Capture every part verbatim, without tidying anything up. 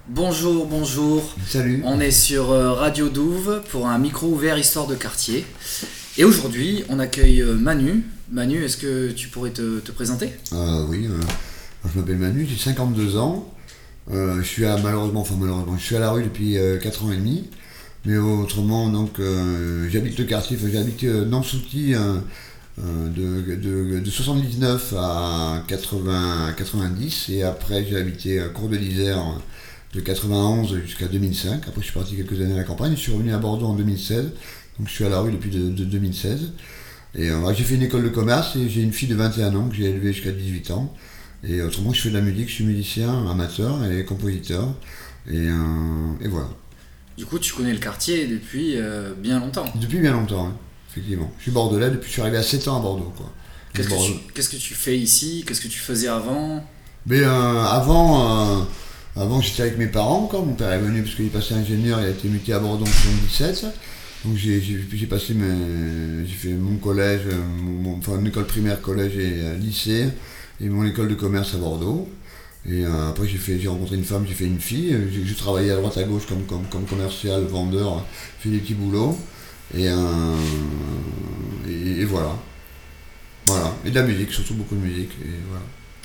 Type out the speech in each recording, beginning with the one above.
Bonjour, bonjour. Salut. On est sur euh, Radio Douve pour un micro ouvert histoire de quartier. Et aujourd'hui, on accueille euh, Manu. Manu, est-ce que tu pourrais te, te présenter? Euh, oui, euh, je m'appelle Manu, j'ai cinquante-deux ans. Euh, je suis à, malheureusement, enfin malheureusement, je suis à la rue depuis euh, quatre ans et demi. Mais autrement, donc, euh, j'habite le quartier, enfin, j'habite euh, Nansouty euh, euh, de, de, de soixante-dix-neuf à quatre-vingts, quatre-vingt-dix. Et après, j'ai habité à Cour de l'Isère de quatre-vingt-onze jusqu'à deux mille cinq. Après, je suis parti quelques années à la campagne. Je suis revenu à Bordeaux en deux mille seize. Donc, je suis à la rue depuis de, de deux mille seize. Et euh, j'ai fait une école de commerce et j'ai une fille de vingt et un ans que j'ai élevée jusqu'à dix-huit ans. Et autrement, je fais de la musique, je suis musicien, amateur et compositeur. Et, euh, et voilà. Du coup, tu connais le quartier depuis euh, bien longtemps. Depuis bien longtemps, hein, effectivement. Je suis bordelais depuis, je suis arrivé à sept ans à Bordeaux, quoi. Qu'est-ce que, Bordeaux. tu, qu'est-ce que tu fais ici? Qu'est-ce que tu faisais avant? Mais euh, avant, euh, avant j'étais avec mes parents encore. Mon père est venu parce qu'il est passé ingénieur, il a été muté à Bordeaux en soixante-dix-sept. Donc j'ai, j'ai, j'ai passé mes, j'ai fait mon collège, mon, mon- enfin une école primaire, collège et euh, lycée, et mon école de commerce à Bordeaux. Et euh, après j'ai fait, j'ai rencontré une femme, j'ai fait une fille, j'ai, j'ai travaillé à droite à gauche comme, comme, comme commercial, vendeur, fait des petits boulots. Et, euh, et, et voilà. Voilà. Et de la musique, surtout beaucoup de musique. Et voilà.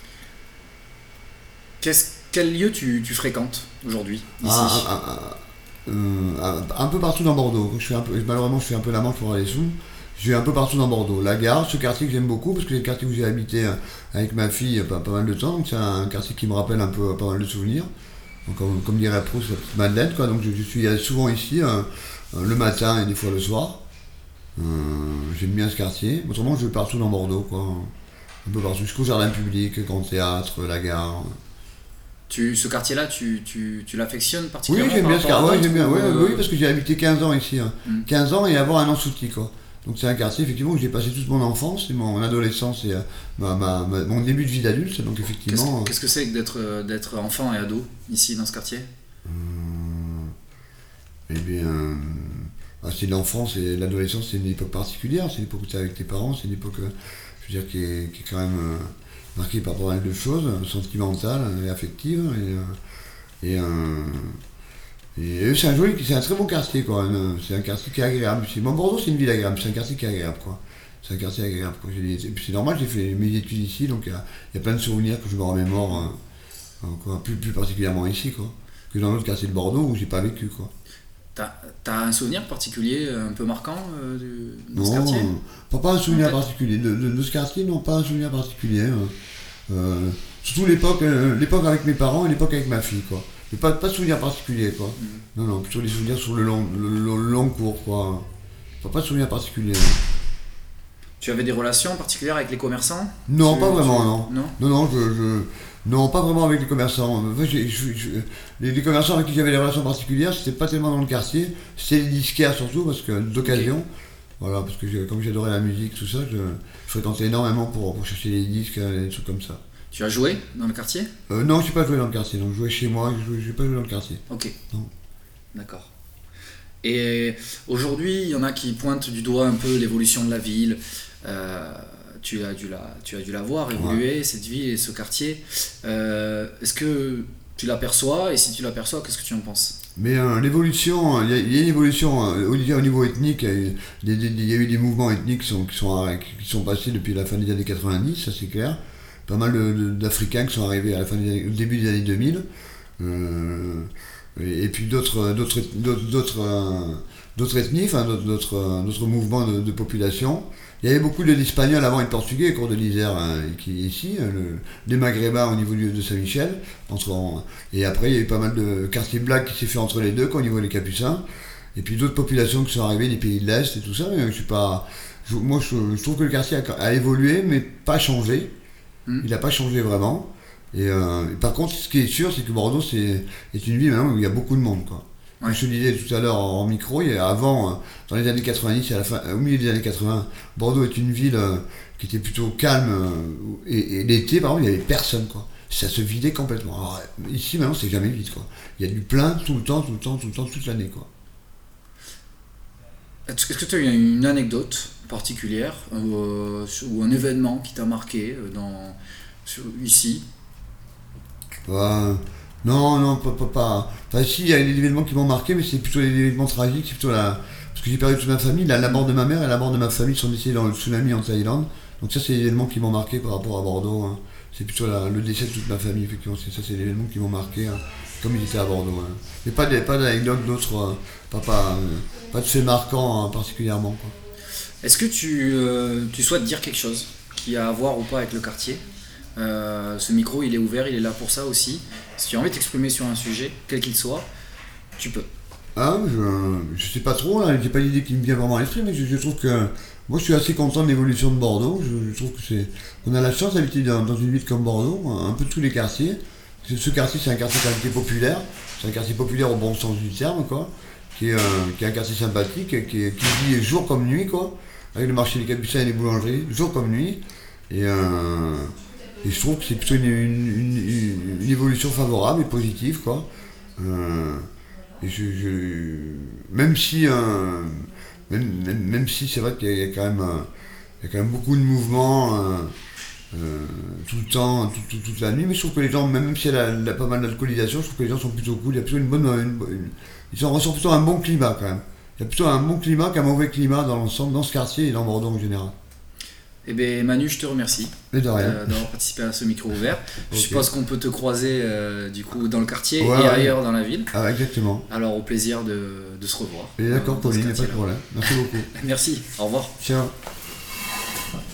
Qu'est-ce, quel lieu tu, tu fréquentes aujourd'hui, ici? Ah, ah, ah, ah, euh, un, un peu partout dans Bordeaux. Je fais un peu, malheureusement, je fais un peu la manche pour aller sous. Je vais un peu partout dans Bordeaux. La Gare, ce quartier que j'aime beaucoup, parce que c'est le quartier où j'ai habité euh, avec ma fille euh, pas, pas mal de temps. Donc c'est un quartier qui me rappelle un peu pas mal de souvenirs. Donc, comme, comme dirait Proust, la petite Madeleine, quoi. Donc je, je suis souvent ici, euh, euh, le matin et des fois le soir. Euh, J'aime bien ce quartier. Autrement, je vais partout dans Bordeaux, quoi. Un peu partout. Jusqu'au jardin public, Grand Théâtre, la Gare. Tu, ce quartier-là, tu, tu, tu l'affectionnes Oui, particulièrement j'aime par bien ce rapport à quartier. Ouais, d'autres j'aime bien. ou, Ouais, euh, oui, parce que j'ai habité quinze ans ici, hein. hmm. quinze ans et avant un an souti, quoi. Donc c'est un quartier effectivement où j'ai passé toute mon enfance et mon adolescence et euh, ma, ma- ma- mon début de vie d'adulte. Donc Qu'est-ce, effectivement, qu'est-ce que c'est que d'être, euh, d'être enfant et ado ici dans ce quartier? euh, eh bien, euh, ah, c'est l'enfance et l'adolescence, c'est une époque particulière. C'est l'époque où tu es avec tes parents, c'est une époque, euh, je veux dire, qui est, qui est quand même euh, marquée par pas mal de choses, euh, sentimentales et affectives. Et, euh, et, euh, Et euh, c'est un joli, c'est un très bon quartier quoi. Un- C'est un quartier qui est agréable. C'est- Bon, Bordeaux c'est une ville agréable, c'est un quartier qui est agréable quoi. C'est un quartier agréable quoi. J'ai des- Et puis c'est normal, j'ai fait mes études ici, donc il y a, il y a plein de souvenirs que je me remémore, euh, euh, quoi. Plus, plus particulièrement ici quoi. Que dans l'autre quartier de Bordeaux où j'ai pas vécu quoi. T'as, t'as un souvenir particulier euh, un peu marquant euh, de- dans ce Non, quartier? euh, pas, pas un souvenir En tête. particulier. De, de- de ce quartier, non, pas un souvenir particulier. euh. Euh, Surtout l'époque, euh, l'époque avec mes parents et l'époque avec ma fille quoi. Mais pas, pas de souvenir particulier quoi. Mm. Non, non, plutôt des souvenirs sur le long, le, le long cours quoi. Pas, pas de souvenir particulier. Tu avais des relations particulières avec les commerçants? Non, Tu- pas vraiment, tu- non. Non. Non, non, je, je- non, pas vraiment avec les commerçants. Enfin, j'ai- je- je- les, les commerçants avec qui j'avais des relations particulières, c'était pas tellement dans le quartier, c'était les disquaires surtout, parce que d'occasion. Voilà, parce que j'ai- comme j'adorais la musique, tout ça, je, je fréquentais énormément pour, pour chercher les disques, euh, des trucs comme ça. Tu as joué dans le quartier? Euh, non, je n'ai pas joué dans le quartier, donc je jouais chez moi, je n'ai pas joué dans le quartier. Ok. Non. D'accord. Et aujourd'hui, il y en a qui pointent du doigt un peu l'évolution de la ville. Euh, tu as dû la, tu as dû la voir évoluer, cette ville et ce quartier. Euh, est-ce que tu l'aperçois? Et si tu l'aperçois, qu'est-ce que tu en penses? Mais euh, l'évolution, il y, a il y a une évolution euh, au, au niveau ethnique, il y, a eu des, des- il y a eu des mouvements ethniques qui sont, qui sont, arri- qui sont passés depuis la fin des années quatre-vingt-dix, ça c'est clair. Pas mal de- de- d'Africains qui sont arrivés à la fin des années- au début des années deux mille. Euh, et, et puis d'autres d'autres d'autres d'autres euh, d'autres ethnies, enfin d'autres d'autres euh, d'autres mouvements de, de population. Il y avait beaucoup de- d'Espagnols avant et de Portugais, au cours de l'Isère, hein, qui est ici, hein, le- des Maghrébins au niveau du- de Saint-Michel. Entre, en- et après, il y a eu pas mal de quartiers blacks qui s'est fait entre les deux, quoi, au niveau des Capucins. Et puis d'autres populations qui sont arrivées des pays de l'Est et tout ça. Mais je suis pas, je- moi, je, je trouve que le quartier a, a évolué, mais pas changé. Hmm. Il n'a pas changé vraiment. Et, euh, et par contre, ce qui est sûr, c'est que Bordeaux c'est, est une ville maintenant où il y a beaucoup de monde, quoi. Comme Ouais. je te disais tout à l'heure en, en micro, il y a avant, euh, dans les années quatre-vingt-dix, à la fin, au milieu des années quatre-vingts, Bordeaux est une ville euh, qui était plutôt calme. euh, et, et l'été, par exemple, il n'y avait personne, quoi. Ça se vidait complètement. Alors, ici, maintenant, c'est jamais vide, quoi. Il y a du plein tout le temps, tout le temps, tout le temps, toute l'année, quoi. Est-ce que tu as eu une anecdote particulière euh, ou un événement qui t'a marqué euh, dans, sur- ici? Euh, Non, non, pas, pas, pas. Enfin, si, il y a des événements qui m'ont marqué, mais c'est plutôt des événements tragiques, c'est plutôt la. Parce que j'ai perdu toute ma famille, la, la mort de ma mère et la mort de ma famille sont décédés dans le tsunami en Thaïlande. Donc ça, c'est des événements qui m'ont marqué par rapport à Bordeaux, hein. C'est plutôt la- le décès de toute ma famille, effectivement. C'est, ça, c'est des événements qui m'ont marqué, hein, comme ils étaient à Bordeaux, hein. Mais pas, des- pas d'anecdotes d'autres, euh, pas, pas, euh, pas de faits marquants, hein, particulièrement, quoi. Est-ce que tu, euh, tu souhaites dire quelque chose qui a à voir ou pas avec le quartier? Euh, ce micro, il est ouvert, il est là pour ça aussi. Si tu as envie de t'exprimer sur un sujet, quel qu'il soit, tu peux. Ah, je, je sais pas trop, là, j'ai pas d'idée qui me vient vraiment à l'esprit, mais je, je trouve que moi je suis assez content de l'évolution de Bordeaux. Je, je trouve que c'est. On a la chance d'habiter dans, dans une ville comme Bordeaux, un, un peu tous les quartiers. Ce, ce quartier, c'est un quartier qui est populaire, c'est un quartier populaire au bon sens du terme, quoi, qui est, euh, qui est un quartier sympathique, qui, qui vit jour comme nuit, quoi, avec le marché des Capucins et les boulangeries, jour comme nuit. Et, euh, et je trouve que c'est plutôt une, une, une- une évolution favorable et positive, quoi. Euh, et je, je- même si, euh, même, même- même si c'est vrai qu'il y a, il y a quand même, euh, il y a quand même beaucoup de mouvements euh, euh, tout le temps, tout- tout- toute la nuit, mais je trouve que les gens, même s'il y a, la- la- pas mal d'alcoolisation, je trouve que les gens sont plutôt cool. Il y a plutôt une bonne, une bo- une- ils en ressortent plutôt un bon climat quand même. Il y a plutôt un bon climat qu'un mauvais climat dans l'ensemble, dans ce quartier et dans Bordeaux en général. Eh bien, Manu, je te remercie Mais de rien. euh, d'avoir participé à ce micro ouvert. Je Ok. suppose qu'on peut te croiser euh, du coup dans le quartier Ouais, et ouais. ailleurs dans la ville. Ah, exactement. Alors, au plaisir de, de se revoir. Et d'accord, euh, dans ce Pauline, il n'y a pas de quartier-là. problème. Merci beaucoup. Merci, au revoir. Ciao.